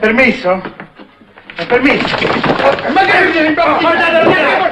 permesso? È permesso? Ma che vieni qua? Guardatelo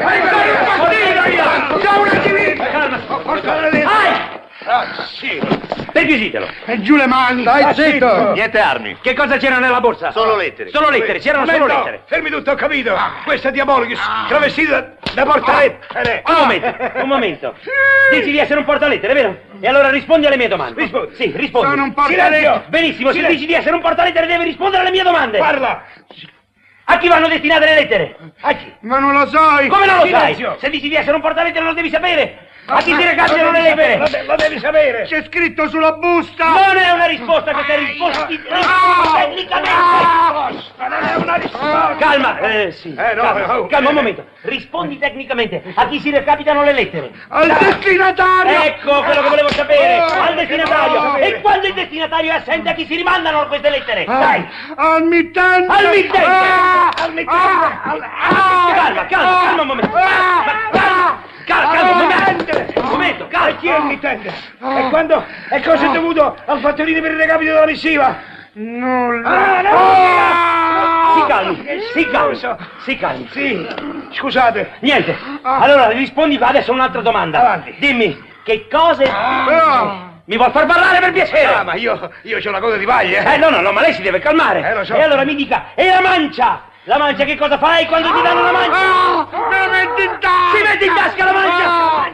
sì. Perquisitelo. E giù le mani. Stai zitto. Niente armi. Che cosa c'era nella borsa? Solo lettere. Solo lettere, c'erano solo lettere. Fermi tutto, ho capito. Questa è Diabolicus, travestita da portalettere. Un momento. Dici di essere un portalettere, vero? E allora rispondi alle mie domande. Rispondi. Sì, rispondi. Sono un portalettere. Benissimo, se dici di essere un portalettere devi rispondere alle mie domande. Parla. A chi vanno destinate le lettere? A chi? Ma non lo sai. Come non lo sai? Silenzio. Se dici di essere un portalettere lo devi sapere. A chi si recapitano le lettere? Lo devi sapere. C'è scritto sulla busta. Non è una risposta, questa è risposti tecnicamente. Ma non è una risposta. Calma, sì. Calma un momento. Rispondi tecnicamente. A chi si recapitano le lettere? Al destinatario. Ecco quello che volevo sapere. Al destinatario. E quando il destinatario è assente, a chi si rimandano queste lettere? Dai. Al mittente. Al mittente. Al mittente. Calma un momento. Calma un momento, calma. E chi è il mittente? E quando? E cosa è dovuto al fattorino per il recapito della missiva? Nulla. Si calmi. Sì. Scusate. Niente. Allora rispondi adesso a un'altra domanda. Avanti. Dimmi, che cose... Però. Mi vuol far parlare per piacere? Ma io c'ho la coda di paglia. No, ma lei si deve calmare. Lo so. E allora mi dica, e la mancia? La mancia che cosa fai quando ti danno la mancia? Me la metti in tasca. Si mette in tasca la mancia!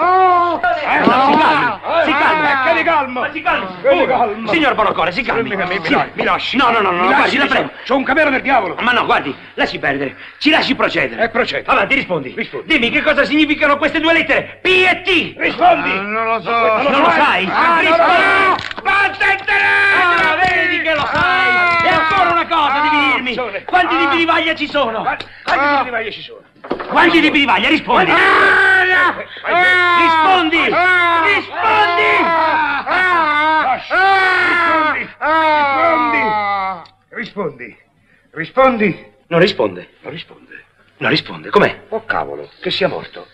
Si calmi. Ma si calmi. Signor Bonocore, si calmi. Mi lasci. No, guardi, la prego. C'ho un camero del diavolo. Ma no, guardi, lasci perdere. Ci lasci procedere. Procedo. Avanti, rispondi. Dimmi che cosa significano queste due lettere, P e T. Rispondi. Non lo so. Non lo sai? Vattene! Vedi che lo sai. E ancora una cosa devi dirmi. Quanti tipi di vaglia ci sono? Quanti tipi di vaglie ci sono? Quanti tipi di vaglia? Rispondi. Rispondi. Non risponde. Non risponde. Com'è? Oh cavolo, che sia morto.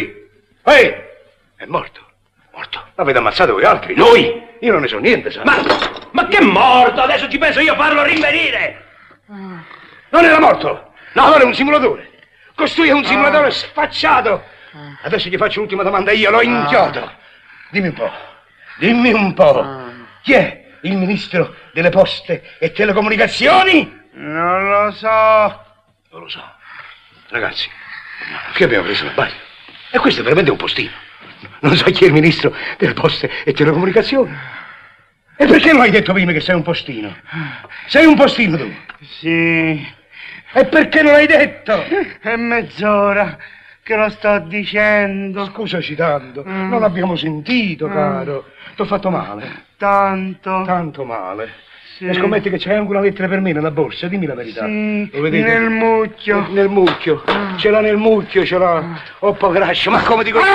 È morto. L'avete ammazzato voi altri? Lui? Io non ne so niente, sa. Ma che morto? Adesso ci penso io, farlo rinvenire. Non era morto. No, allora è un simulatore. Costui è un simulatore sfacciato. Adesso gli faccio l'ultima domanda, io l'ho inchiodo. Dimmi un po'. Chi è il ministro delle poste e telecomunicazioni? Non lo so. Non lo so. Ragazzi, qui abbiamo preso la baglia. E questo è veramente un postino. Non so chi è il ministro delle poste e telecomunicazioni. E perché non hai detto prima che sei un postino? Sei un postino tu? Sì. E perché non l'hai detto? È mezz'ora che lo sto dicendo. Scusaci tanto, non abbiamo sentito, caro. T'ho fatto male. Tanto male. Sì. E scommetti che c'è anche una lettera per me nella borsa, dimmi la verità. Sì, Lo vedete? nel mucchio. Nel mucchio. Ce l'ha nel mucchio, ce l'ha. Oh, poveraccio, ma come dico...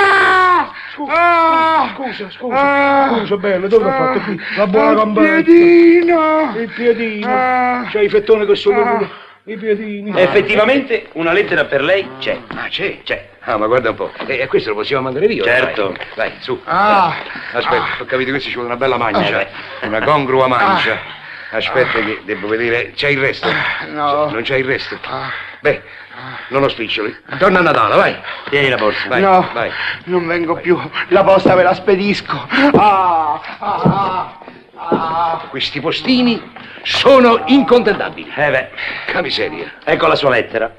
Scusa, bello, dove l'ho fatto qui? La buona gambetta. Il piedino. C'è i fettoni che sono venuti. I piedini. Effettivamente una lettera per lei c'è. C'è. Ah, ma guarda un po'. E questo lo possiamo mandare via? Certo. Vai, su. Aspetta, ho capito, questo ci vuole una bella mancia. Una congrua mancia. Aspetta che devo vedere. C'è il resto? No. Non c'è il resto? Beh, non lo spiccioli. Torna a Natale, vai. Tieni la borsa. Vai, No, vai. non vengo più. La posta ve la spedisco. Questi postini sono incontentabili. Beh, Che miseria. ecco la sua lettera.